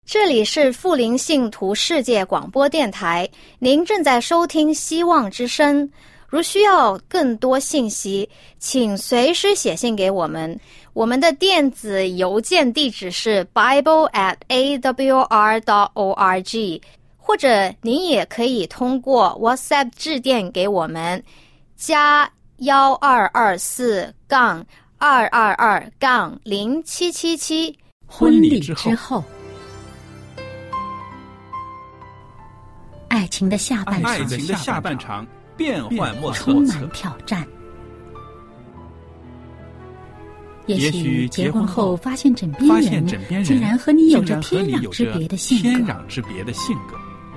这里是富林信徒世界广播电台，您正在收听希望之声。如需要更多信息，请随时写信给我们。我们的电子邮件地址是 bible@awr.org， 或者您也可以通过 WhatsApp 致电给我们，加1224-222-0777。 婚礼之后，爱情的下半场变幻莫测，充满挑战。也许结婚后发现枕边人竟然和你有着天壤之别的性格。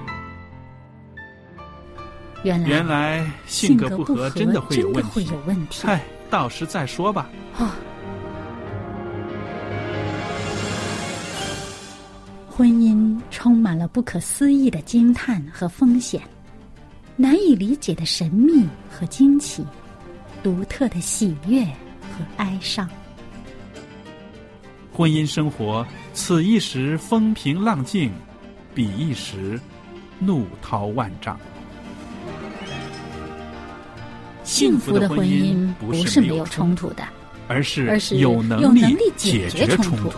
原来性格不合真的会有问题。嗨，到时再说吧。婚姻充满了不可思议的惊叹和风险，难以理解的神秘和惊奇，独特的喜悦和哀伤。婚姻生活，此一时风平浪静，彼一时怒涛万丈。幸福的婚姻不是没有冲突的，而是有能力解决冲突。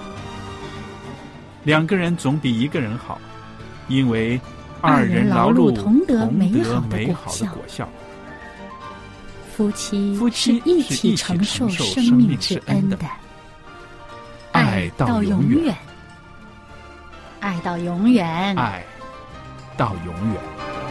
两个人总比一个人好，因为二人劳碌同得美好的果效。夫妻是一起承受生命之恩的，爱到永远，爱到永远，爱到永远。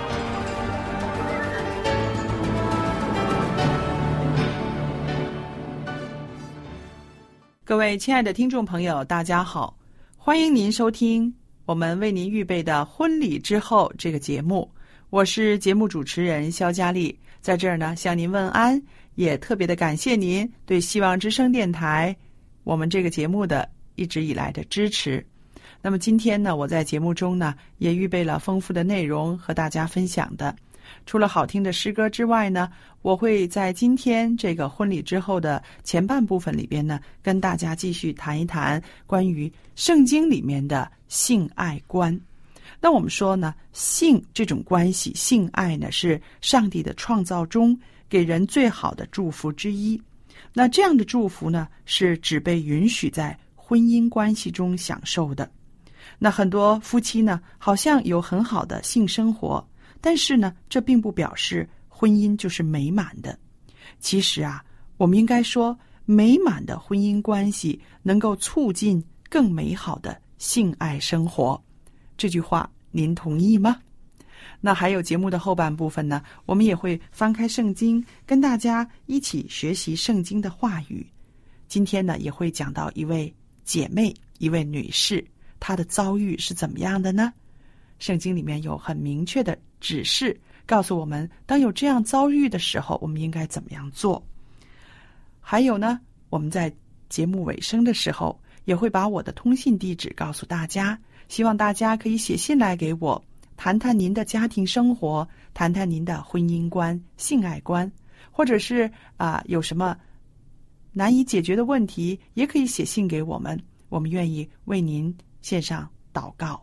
各位亲爱的听众朋友，大家好，欢迎您收听我们为您预备的婚礼之后这个节目，我是节目主持人肖佳丽，在这儿呢向您问安，也特别的感谢您对希望之声电台我们这个节目的一直以来的支持。那么今天呢，我在节目中呢也预备了丰富的内容和大家分享的。除了好听的诗歌之外呢，我会在今天这个婚礼之后的前半部分里边呢，跟大家继续谈一谈关于圣经里面的性爱观。那我们说呢，性这种关系，性爱呢是上帝的创造中给人最好的祝福之一。那这样的祝福呢，是只被允许在婚姻关系中享受的。那很多夫妻呢，好像有很好的性生活，但是呢，这并不表示婚姻就是美满的。其实啊，我们应该说，美满的婚姻关系能够促进更美好的性爱生活。这句话您同意吗？那还有节目的后半部分呢，我们也会翻开圣经，跟大家一起学习圣经的话语。今天呢，也会讲到一位姐妹，一位女士，她的遭遇是怎么样的呢？圣经里面有很明确的指示，告诉我们当有这样遭遇的时候，我们应该怎么样做。还有呢，我们在节目尾声的时候也会把我的通信地址告诉大家，希望大家可以写信来给我，谈谈您的家庭生活，谈谈您的婚姻观、性爱观，或者是有什么难以解决的问题，也可以写信给我们，我们愿意为您献上祷告。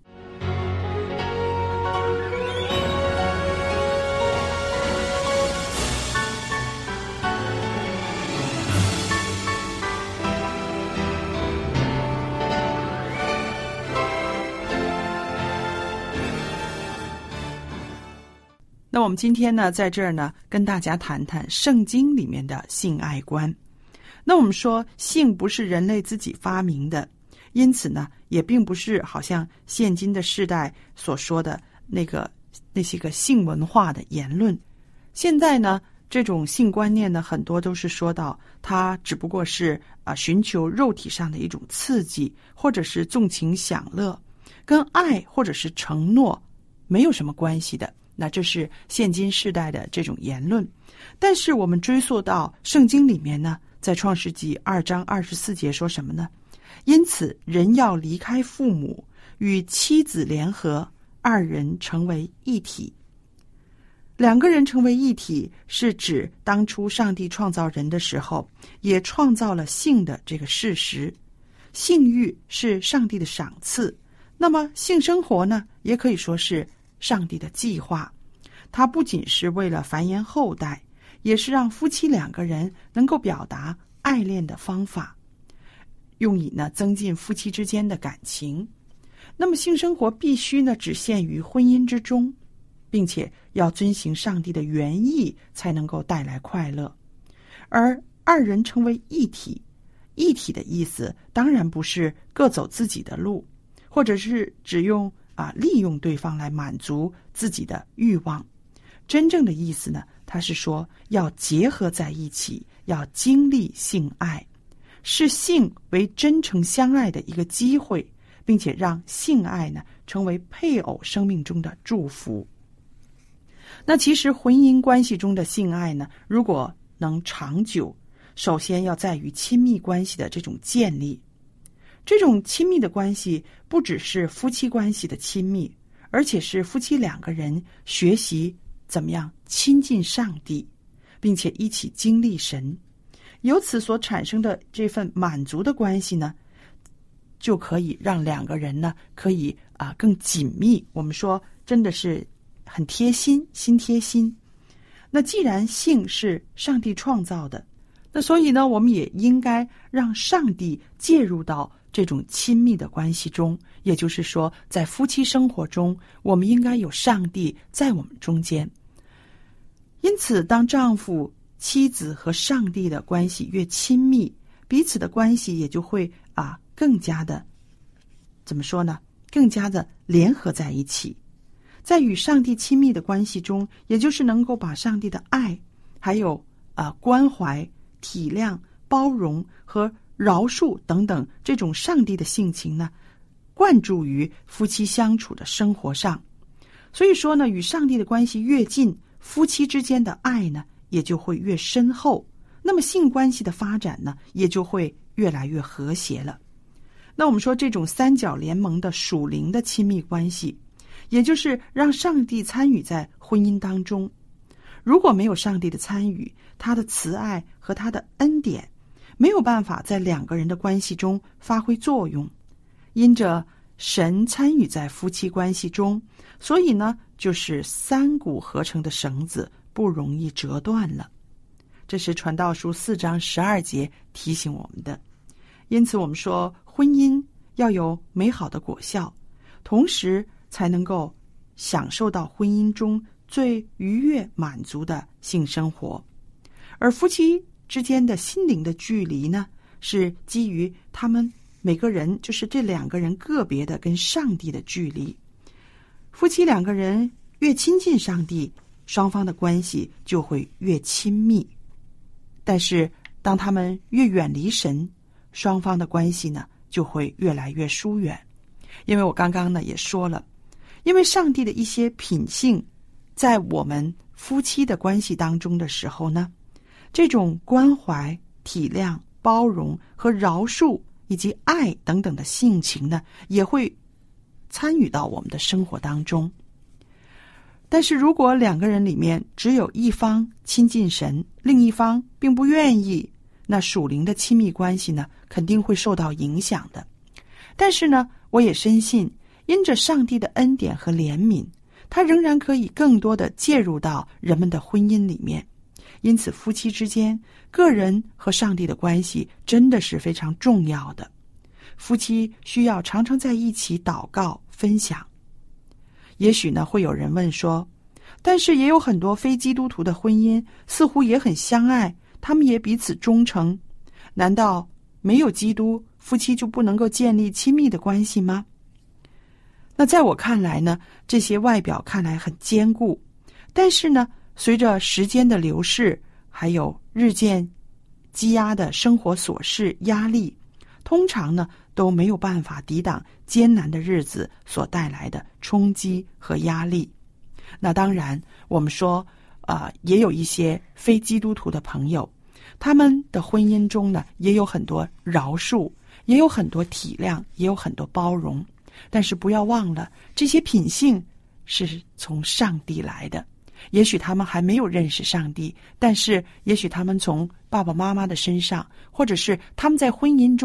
那我们今天呢，在这儿呢，跟大家谈谈圣经里面的性爱观。那我们说，性不是人类自己发明的，因此呢，也并不是好像现今的世代所说的那些个性文化的言论。现在呢，这种性观念呢，很多都是说到它只不过是寻求肉体上的一种刺激，或者是纵情享乐，跟爱或者是承诺没有什么关系的。那这是现今世代的这种言论。但是我们追溯到圣经里面呢，在创世纪2章24节说什么呢？因此人要离开父母，与妻子联合，二人成为一体。两个人成为一体，是指当初上帝创造人的时候，也创造了性的这个事实。 性欲是上帝的赏赐，那么性生活呢，也可以说是上帝的计划。它不仅是为了繁衍后代，也是让夫妻两个人能够表达爱恋的方法，用以呢增进夫妻之间的感情。那么性生活必须呢只限于婚姻之中，并且要遵行上帝的原意，才能够带来快乐。而二人成为一体，一体的意思当然不是各走自己的路，或者是只用利用对方来满足自己的欲望。真正的意思呢，它是说要结合在一起，要经历性爱，视性为真诚相爱的一个机会，并且让性爱呢成为配偶生命中的祝福。那其实婚姻关系中的性爱呢，如果能长久，首先要在于亲密关系的这种建立。这种亲密的关系不只是夫妻关系的亲密，而且是夫妻两个人学习怎么样亲近上帝，并且一起经历神，由此所产生的这份满足的关系呢，就可以让两个人呢可以更紧密。我们说真的是很贴心，心贴心。那既然性是上帝创造的，那所以呢，我们也应该让上帝介入到这种亲密的关系中。也就是说，在夫妻生活中，我们应该有上帝在我们中间。因此，当丈夫、妻子和上帝的关系越亲密，彼此的关系也就会更加的怎么说呢？更加的联合在一起。在与上帝亲密的关系中，也就是能够把上帝的爱，还有关怀、体谅、包容和饶恕等等这种上帝的性情呢，灌注于夫妻相处的生活上。所以说呢，与上帝的关系越近，夫妻之间的爱呢也就会越深厚，那么性关系的发展呢也就会越来越和谐了。那我们说这种三角联盟的属灵的亲密关系，也就是让上帝参与在婚姻当中。如果没有上帝的参与，他的慈爱和他的恩典没有办法在两个人的关系中发挥作用。因着神参与在夫妻关系中，所以呢，就是三股合成的绳子不容易折断了。这是传道书4章12节提醒我们的。因此我们说，婚姻要有美好的果效，同时才能够享受到婚姻中最愉悦满足的性生活。而夫妻之间的心灵的距离呢，是基于他们每个人，就是这两个人个别的跟上帝的距离。夫妻两个人越亲近上帝，双方的关系就会越亲密。但是当他们越远离神，双方的关系呢就会越来越疏远。因为我刚刚呢也说了，因为上帝的一些品性在我们夫妻的关系当中的时候呢，这种关怀、体谅、包容和饶恕以及爱等等的性情呢，也会参与到我们的生活当中。但是如果两个人里面只有一方亲近神，另一方并不愿意，那属灵的亲密关系呢，肯定会受到影响的。但是呢，我也深信，因着上帝的恩典和怜悯，他仍然可以更多的介入到人们的婚姻里面。因此夫妻之间，个人和上帝的关系真的是非常重要的。夫妻需要常常在一起祷告分享。也许呢，会有人问说，但是也有很多非基督徒的婚姻似乎也很相爱，他们也彼此忠诚，难道没有基督，夫妻就不能够建立亲密的关系吗？那在我看来呢，这些外表看来很坚固，但是呢，随着时间的流逝，还有日渐积压的生活琐事压力，通常呢都没有办法抵挡艰难的日子所带来的冲击和压力。那当然我们说也有一些非基督徒的朋友，他们的婚姻中呢也有很多饶恕，也有很多体谅，也有很多包容。但是不要忘了，这些品性是从上帝来的。也许他们还没有认识上帝，但是也许他们从爸爸妈妈的身上，或者是他们在婚姻中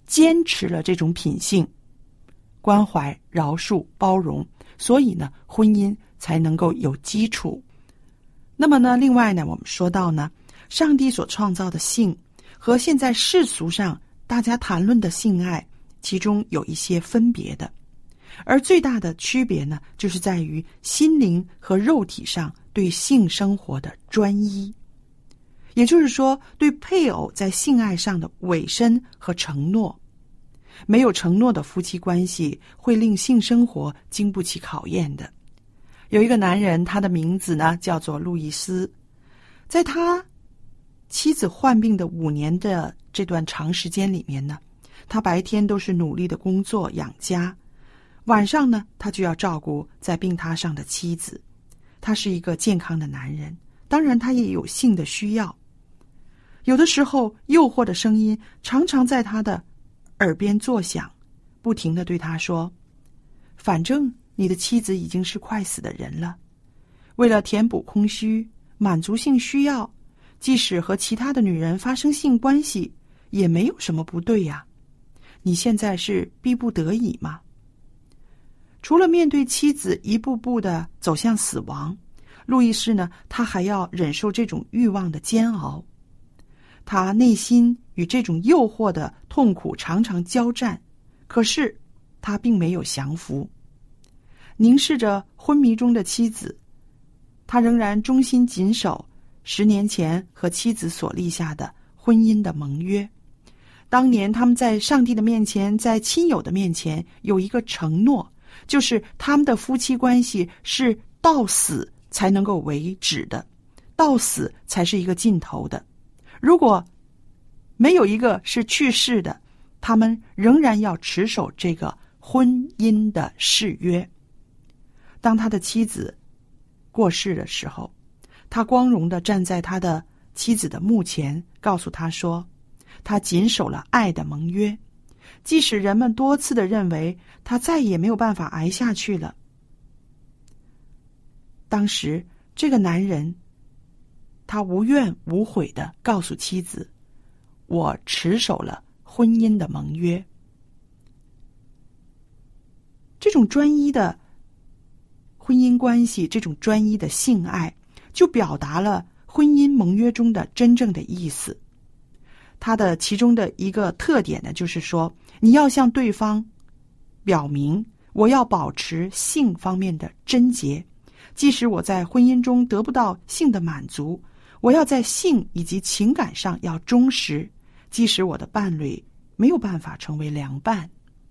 坚持了这种品性，关怀、饶恕、包容，所以呢，婚姻才能够有基础。那么呢，另外呢，我们说到呢，上帝所创造的性和现在世俗上大家谈论的性爱，其中有一些分别的，而最大的区别呢，就是在于心灵和肉体上对性生活的专一，也就是说，对配偶在性爱上的委身和承诺。没有承诺的夫妻关系会令性生活经不起考验的。有一个男人，他的名字呢叫做路易斯，在他妻子患病的5年的这段长时间里面呢，他白天都是努力的工作养家，晚上呢他就要照顾在病榻上的妻子。他是一个健康的男人，当然他也有性的需要。有的时候诱惑的声音常常在他的耳边作响，不停地对他说，反正你的妻子已经是快死的人了，为了填补空虚，满足性需要，即使和其他的女人发生性关系也没有什么不对呀，你现在是逼不得已吗？除了面对妻子一步步的走向死亡，路易斯呢，他还要忍受这种欲望的煎熬。他内心与这种诱惑的痛苦常常交战，可是他并没有降服。凝视着昏迷中的妻子，他仍然忠心谨守10年前和妻子所立下的婚姻的盟约。当年他们在上帝的面前，在亲友的面前有一个承诺，就是他们的夫妻关系是到死才能够为止的，到死才是一个尽头的。如果没有一个是去世的，他们仍然要持守这个婚姻的誓约。当他的妻子过世的时候，他光荣地站在他的妻子的墓前，告诉他说，他谨守了爱的盟约，即使人们多次地认为他再也没有办法挨下去了。当时这个男人他无怨无悔地告诉妻子，我持守了婚姻的盟约。这种专一的婚姻关系，这种专一的性爱，就表达了婚姻盟约中的真正的意思。它的其中的一个特点呢，就是说，你要向对方表明，我要保持性方面的贞洁，即使我在婚姻中得不到性的满足，我要在性以及情感上要忠实，即使我的伴侣没有办法成为良伴。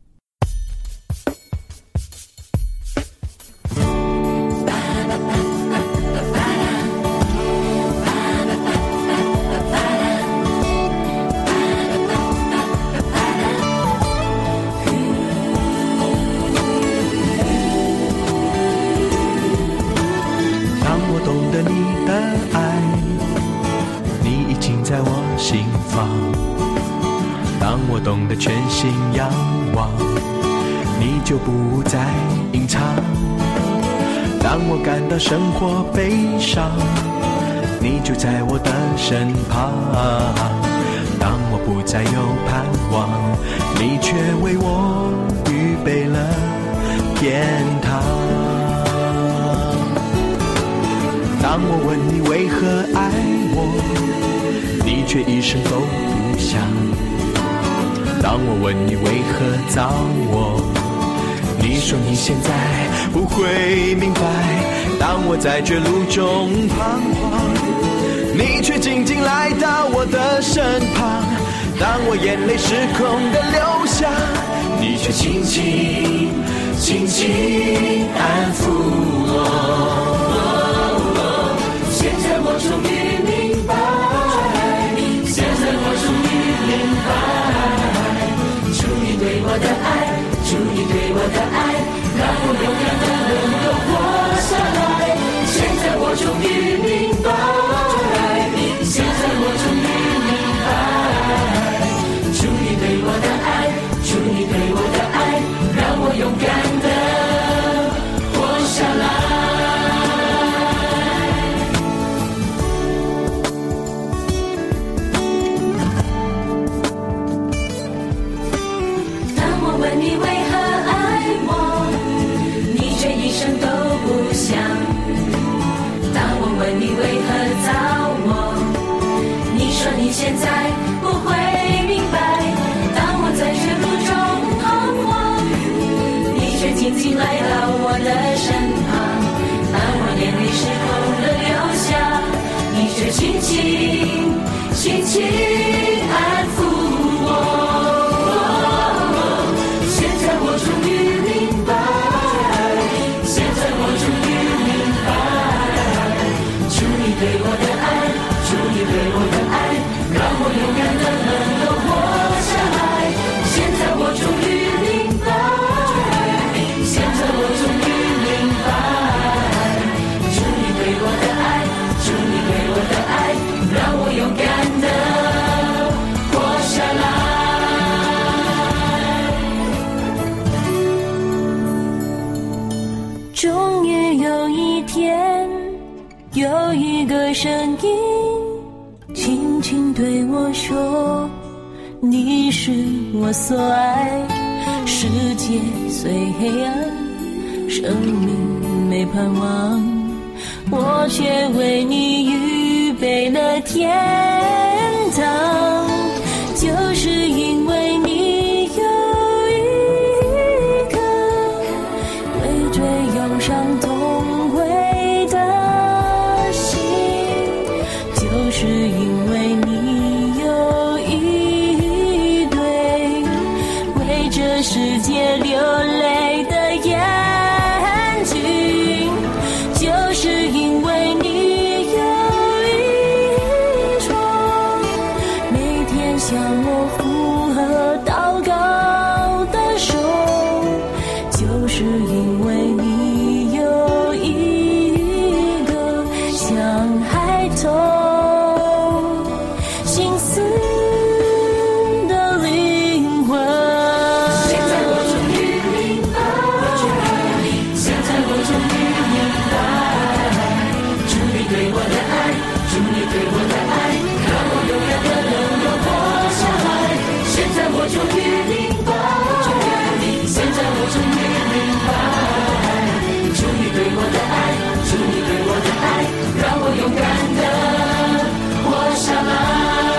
当我懂得全心仰望，你就不再隐藏。当我感到生活悲伤，你就在我的身旁。当我不再有盼望，你却为我预备了天堂。当我问你为何爱我，你却一声都不响。当我问你为何找我，你说你现在不会明白。当我在绝路中彷徨，你却静静来到我的身旁。当我眼泪失控地流下，你却轻轻轻轻安抚我。现在我终于明白，现在我终于明白，主你对我的爱，主你对我的爱，让我勇敢地能够活下来。现在我终于明白，现在我终于明白，主你对我的爱，主你对我的爱，让我勇敢地紧紧来到我的身旁，当我眼泪湿透了流下，你却轻轻轻轻安抚我。现在我终于明白，现在我终于明白，主你对我的爱，主你对我的爱，让我勇敢的能够活下来。现在我终于明白，现在我终于明白，主你对我的爱，主你对我的爱，让我勇敢的活下来。终于有一天，有一个声音轻轻对我说，你是我所爱，世界虽黑暗，生命没盼望，我却为你预备了天堂。就是因为你有一颗畏罪忧伤痛悔的心，就是因为你有一对为这世界流泪的眼睛，就是因为你有一双每天向我附和祷告的手，就是因为你有一个像孩童心思的灵魂。现在我终于明白，现在我终于明白，主你对我的爱，主你对我的爱，让我勇敢的能够活下来。现在我终于明白，现在我终于明白，主你对我的爱，主你对我的爱，让我勇敢的活下来。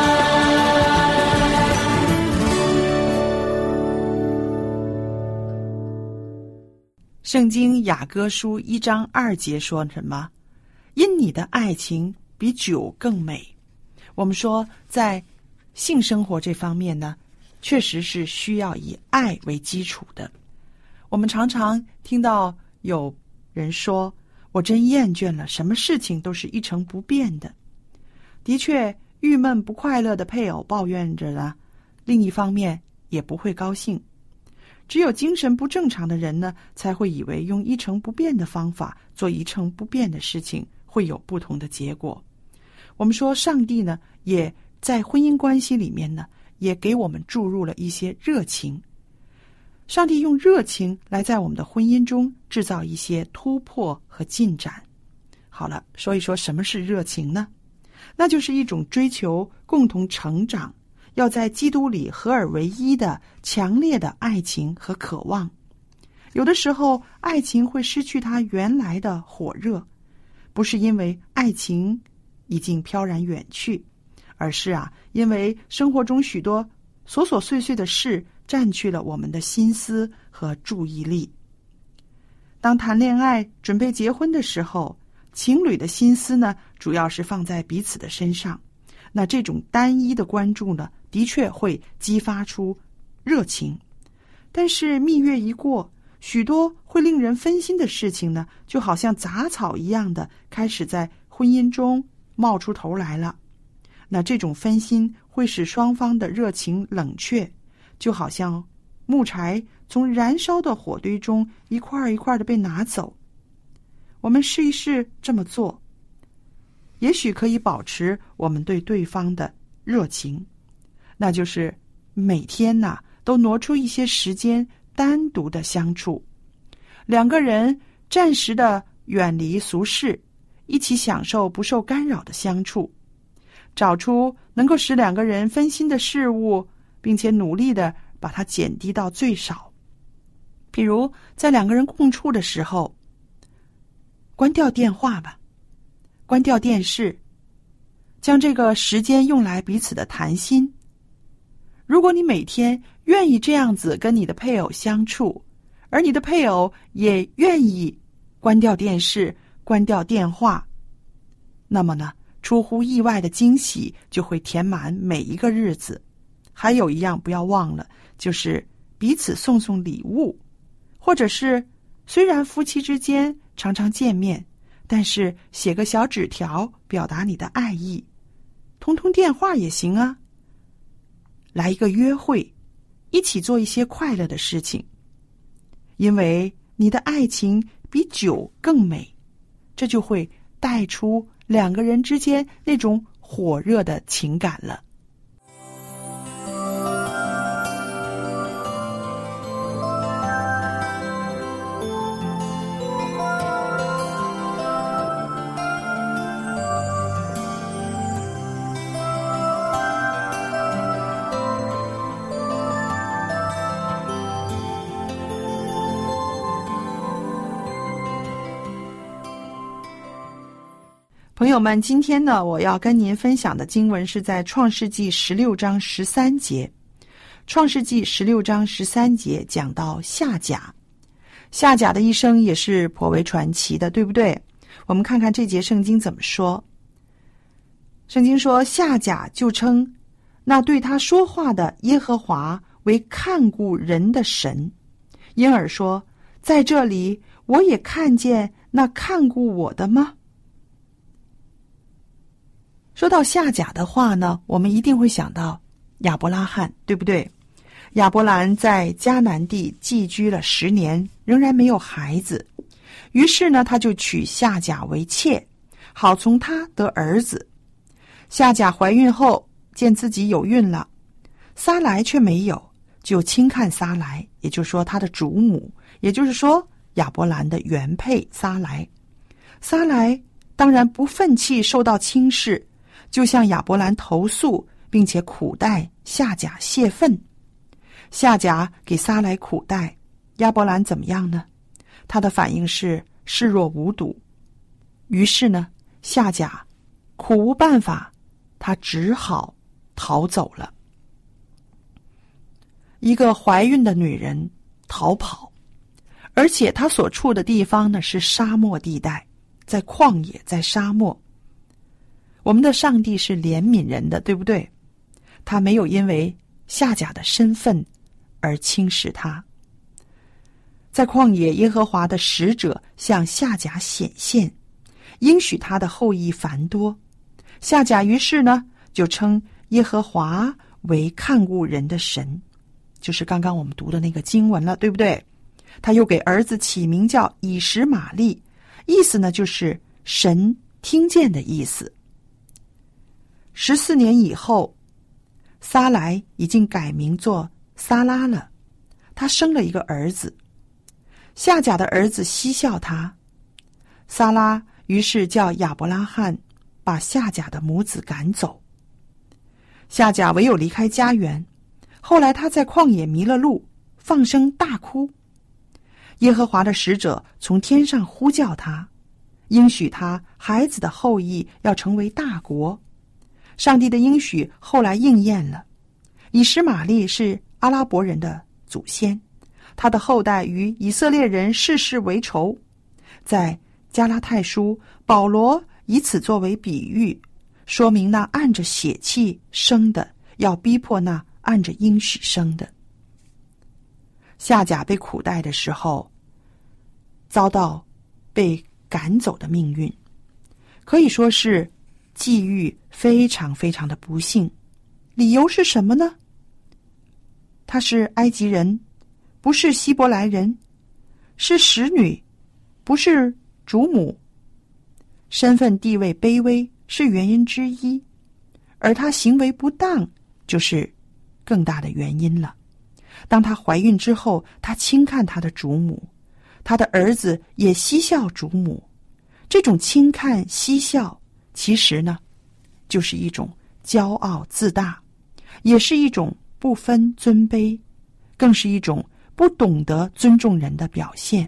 圣经雅歌书1章2节说什么？因你的爱情比酒更美。我们说在性生活这方面呢，确实是需要以爱为基础的。我们常常听到有人说，我真厌倦了，什么事情都是一成不变的。的确，郁闷不快乐的配偶抱怨着呢，另一方面也不会高兴。只有精神不正常的人呢，才会以为用一成不变的方法做一成不变的事情会有不同的结果。我们说上帝呢，也在婚姻关系里面呢，也给我们注入了一些热情。上帝用热情来在我们的婚姻中制造一些突破和进展。好了，说一说什么是热情呢？那就是一种追求共同成长，要在基督里合而为一的强烈的爱情和渴望。有的时候，爱情会失去它原来的火热，不是因为爱情已经飘然远去，而是因为生活中许多琐琐碎碎的事占据了我们的心思和注意力。当谈恋爱准备结婚的时候，情侣的心思呢，主要是放在彼此的身上。那这种单一的关注呢，的确会激发出热情。但是蜜月一过，许多会令人分心的事情呢，就好像杂草一样的开始在婚姻中冒出头来了。那这种分心会使双方的热情冷却，就好像木柴从燃烧的火堆中一块一块的被拿走。我们试一试这么做，也许可以保持我们对对方的热情。那就是每天都挪出一些时间单独的相处，两个人暂时的远离俗世，一起享受不受干扰的相处，找出能够使两个人分心的事物，并且努力的把它减低到最少。比如在两个人共处的时候，关掉电话吧，关掉电视，将这个时间用来彼此的谈心。如果你每天愿意这样子跟你的配偶相处， 而你的配偶也愿意关掉电视、关掉电话，那么呢，出乎意外的惊喜就会填满每一个日子。还有一样不要忘了，就是彼此送送礼物，或者是虽然夫妻之间常常见面，但是写个小纸条表达你的爱意，通电话也行啊。来一个约会，一起做一些快乐的事情，因为你的爱情比酒更美，这就会带出两个人之间那种火热的情感了。朋友们，今天呢，我要跟您分享的经文是在创世纪16章13节。创世纪16章13节讲到夏甲，夏甲的一生也是颇为传奇的，对不对？我们看看这节圣经怎么说。圣经说，夏甲就称那对他说话的耶和华为看顾人的神，因而说，在这里我也看见那看顾我的吗？说到夏甲的话呢，我们一定会想到亚伯拉罕，对不对？亚伯兰在迦南地寄居了10年，仍然没有孩子，于是呢，他就娶夏甲为妾，好从他得儿子。夏甲怀孕后，见自己有孕了，撒莱却没有，就轻看撒莱，也就是说他的主母，也就是说亚伯兰的原配撒莱。撒莱当然不忿气受到轻视，就向亚伯兰投诉，并且苦待夏甲泄愤。夏甲给撒莱苦待，亚伯兰怎么样呢？他的反应是视若无睹。于是呢，夏甲苦无办法，他只好逃走了。一个怀孕的女人逃跑，而且她所处的地方呢是沙漠地带，在旷野，在沙漠。我们的上帝是怜悯人的，对不对？他没有因为夏甲的身份而轻视他。在旷野，耶和华的使者向夏甲显现，应许他的后裔繁多。夏甲于是呢，就称耶和华为看顾人的神，就是刚刚我们读的那个经文了，对不对？他又给儿子起名叫以实玛利，意思呢就是神听见的意思。14年以后，撒莱已经改名做撒拉了，他生了一个儿子。夏甲的儿子嬉笑他，撒拉于是叫亚伯拉罕把夏甲的母子赶走。夏甲唯有离开家园，后来他在旷野迷了路，放声大哭。耶和华的使者从天上呼叫他，应许他孩子的后裔要成为大国。上帝的应许后来应验了。以实玛利是阿拉伯人的祖先，他的后代与以色列人世世为仇。在加拉太书，保罗以此作为比喻，说明那按着血气生的要逼迫那按着应许生的。夏甲被苦待的时候，遭到被赶走的命运，可以说是际遇非常非常的不幸。理由是什么呢？他是埃及人，不是希伯来人，是使女，不是主母，身份地位卑微是原因之一，而他行为不当就是更大的原因了。当他怀孕之后，他轻看他的主母，他的儿子也嬉笑主母。这种轻看嬉笑，其实呢，就是一种骄傲自大，也是一种不分尊卑，更是一种不懂得尊重人的表现。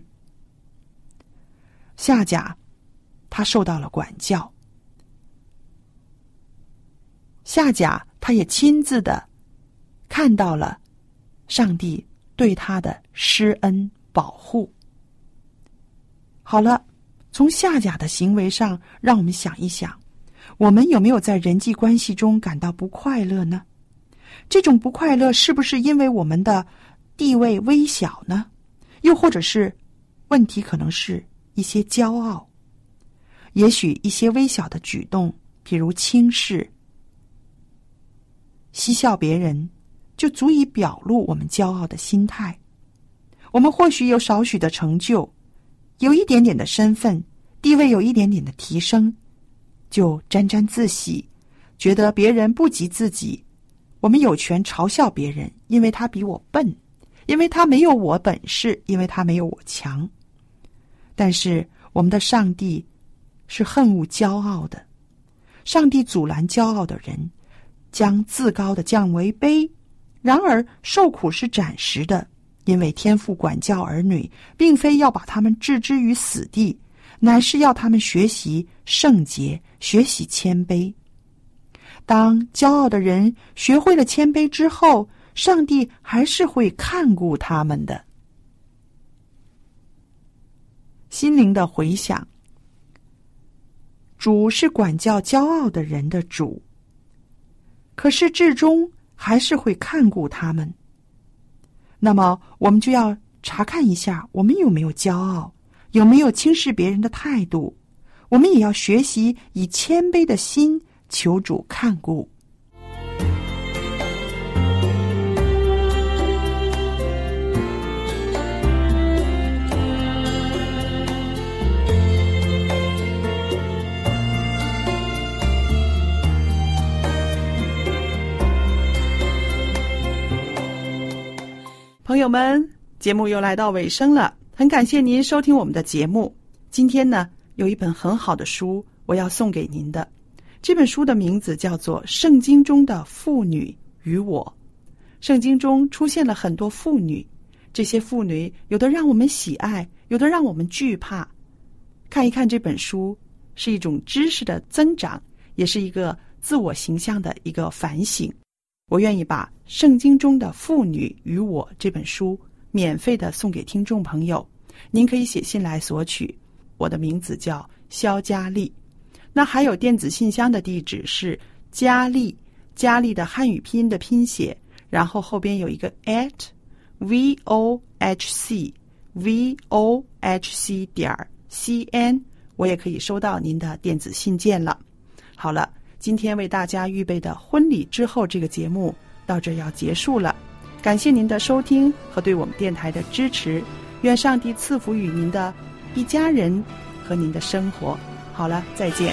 夏甲他受到了管教，夏甲他也亲自的看到了上帝对他的施恩保护。好了，从夏甲的行为上，让我们想一想，我们有没有在人际关系中感到不快乐呢？这种不快乐是不是因为我们的地位微小呢？又或者是问题可能是一些骄傲，也许一些微小的举动，比如轻视、嬉笑别人，就足以表露我们骄傲的心态。我们或许有少许的成就，有一点点的身份，地位有一点点的提升，就沾沾自喜，觉得别人不及自己，我们有权嘲笑别人，因为他比我笨，因为他没有我本事，因为他没有我强。但是我们的上帝是恨恶骄傲的，上帝阻拦骄傲的人，将自高的降为卑。然而受苦是暂时的，因为天父管教儿女，并非要把他们置之于死地，乃是要他们学习圣洁，学习谦卑。当骄傲的人学会了谦卑之后，上帝还是会看顾他们的。心灵的回响，主是管教骄傲的人的主，可是至终还是会看顾他们。那么我们就要查看一下，我们有没有骄傲，有没有轻视别人的态度。我们也要学习以谦卑的心求主看顾。朋友们，节目又来到尾声了，很感谢您收听我们的节目。今天呢，有一本很好的书我要送给您的，这本书的名字叫做《圣经中的妇女与我》。圣经中出现了很多妇女，这些妇女有的让我们喜爱，有的让我们惧怕。看一看这本书，是一种知识的增长，也是一个自我形象的一个反省。我愿意把《圣经中的妇女与我》这本书免费的送给听众朋友，您可以写信来索取。我的名字叫肖佳丽。那还有电子信箱的地址是佳丽，佳丽的汉语拼音的拼写，然后后边有一个 @vohc.cn， 我也可以收到您的电子信件了。好了，今天为大家预备的婚礼之后这个节目到这要结束了，感谢您的收听和对我们电台的支持，愿上帝赐福于您的一家人和您的生活。好了，再见。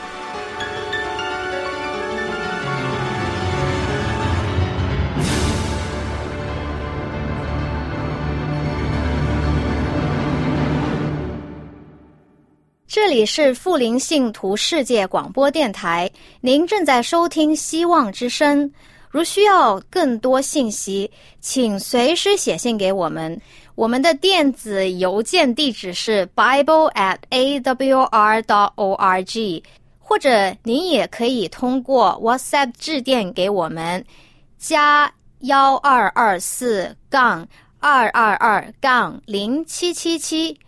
这里是富林信徒世界广播电台，您正在收听希望之声。如需要更多信息，请随时写信给我们。我们的电子邮件地址是 bible@awr.org， 或者您也可以通过 WhatsApp 致电给我们，加1224-222-0777